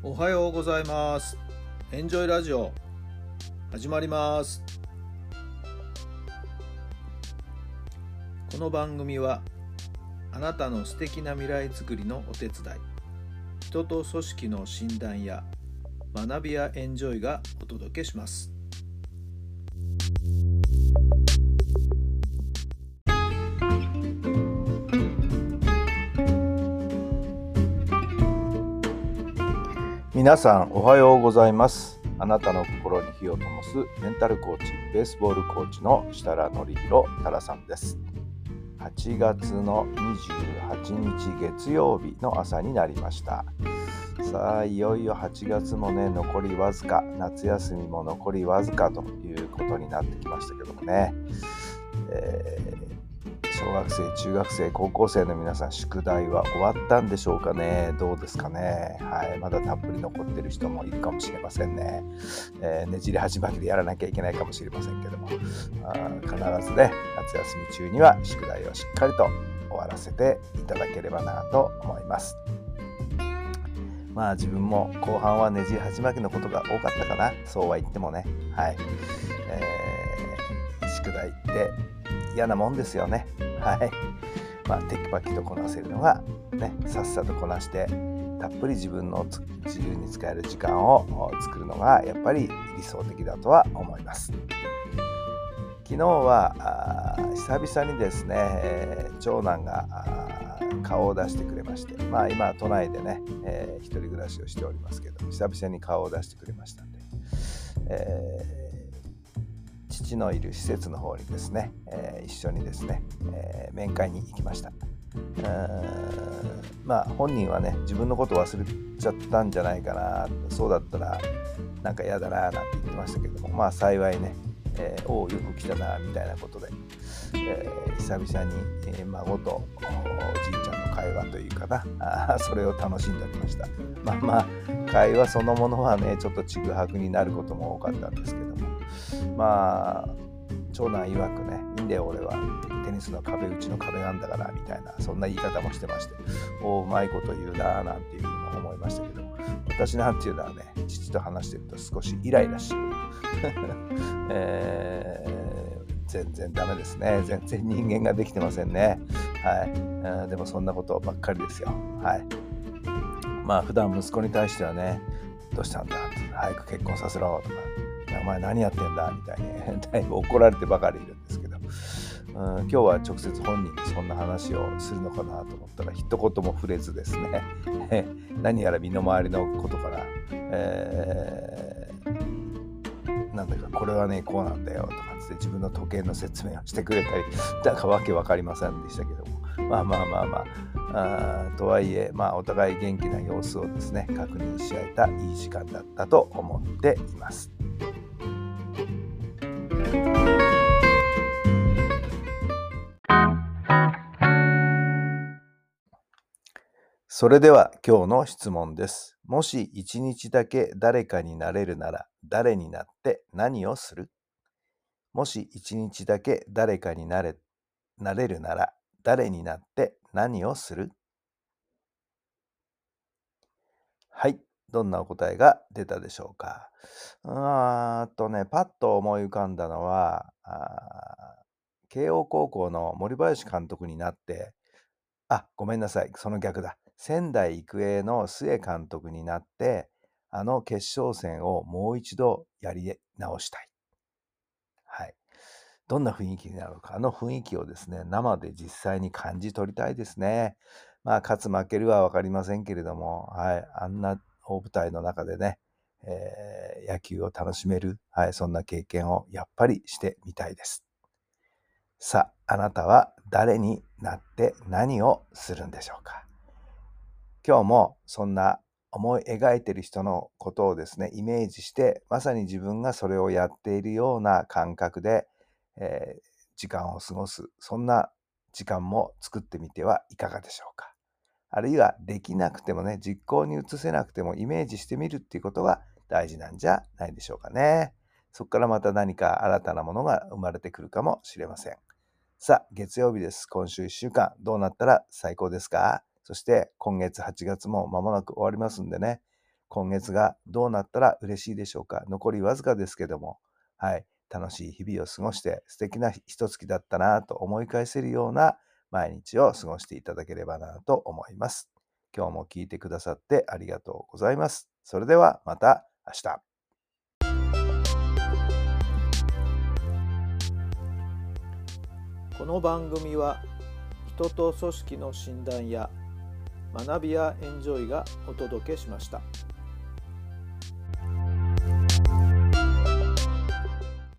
おはようございます。エンジョイラジオ始まります。この番組はあなたの素敵な未来づくりのお手伝い、人と組織の診断や学びやエンジョイがお届けします。皆さんおはようございます。あなたの心に火を灯すメンタルコーチ、ベースボールコーチの設楽範弘太良さんです。8月の28日月曜日の朝になりました。さあいよいよ8月もね残りわずか、夏休みも残りわずかということになってきましたけどもね、小学生、中学生、高校生の皆さん、宿題は終わったんでしょうかね。どうですかね。まだたっぷり残ってる人もいるかもしれませんね。ねじり鉢巻きでやらなきゃいけないかもしれませんけども、必ずね、夏休み中には宿題をしっかりと終わらせていただければなと思います。自分も後半はねじり鉢巻きのことが多かったかな。そうは言ってもね、宿題って嫌なもんですよね。テキパキとこなせるのがね、さっさとこなしてたっぷり自分の自由に使える時間を作るのがやっぱり理想的だとは思います。昨日は久々にですね、長男が顔を出してくれまして、今都内でね、一人暮らしをしておりますけど、久々に顔を出してくれましたんで、父のいる施設の方にですね、一緒にですね、面会に行きました。本人はね自分のこと忘れちゃったんじゃないかな、そうだったらなんか嫌だななんて言ってましたけども、幸いね、よく来たなみたいなことで、久々に、孫とおじいちゃんの会話というかな、それを楽しんでおりました。会話そのものはねちょっとちぐはぐになることも多かったんですけども、長男曰くね、いいんだよ俺はテニスの壁、うちの壁なんだからみたいな、そんな言い方もしてまして、うまいこと言うななんていうふうにも思いましたけど、私なんていうのはね、父と話してると少しイライラし全然ダメですね。全然人間ができてませんね。でもそんなことばっかりですよ。普段息子に対してはね、どうしたんだ、早く結婚させろとか、お前何やってんだみたいにだいぶ怒られてばかりいるんですけど、今日は直接本人にそんな話をするのかなと思ったら一言も触れずですね何やら身の回りのことから、なんだかこれはねこうなんだよとかって自分の時計の説明をしてくれたり、なんかわけわかりませんでしたけども、とはいえお互い元気な様子をですね確認し合えたいい時間だったと思っています。それでは今日の質問です。もし一日だけ誰かになれるなら誰になって何をする？もし一日だけ誰かになれるなら誰になって何をする？はい、どんなお答えが出たでしょうか。パッと思い浮かんだのは、慶応高校の森林監督になって、ごめんなさい、その逆だ。仙台育英の須江監督になって、あの決勝戦をもう一度やり直したい。どんな雰囲気になるのか、あの雰囲気をですね、生で実際に感じ取りたいですね。勝つ負けるは分かりませんけれども、あんな大舞台の中でね、野球を楽しめる、そんな経験をやっぱりしてみたいです。さあ、あなたは誰になって何をするんでしょうか。今日もそんな思い描いている人のことをですね、イメージして、まさに自分がそれをやっているような感覚で、時間を過ごす、そんな時間も作ってみてはいかがでしょうか。あるいはできなくてもね、実行に移せなくてもイメージしてみるっていうことが大事なんじゃないでしょうかね。そこからまた何か新たなものが生まれてくるかもしれません。さあ、月曜日です。今週1週間どうなったら最高ですか？そして今月8月も間もなく終わりますんでね、 今月がどうなったら嬉しいでしょうか。残りわずかですけども、はい、楽しい日々を過ごして素敵な一月だったなと思い返せるような毎日を過ごしていただければなと思います。今日も聞いてくださってありがとうございます。それではまた明日。 この番組は人と組織の診断や学びやエンジョイがお届けしました。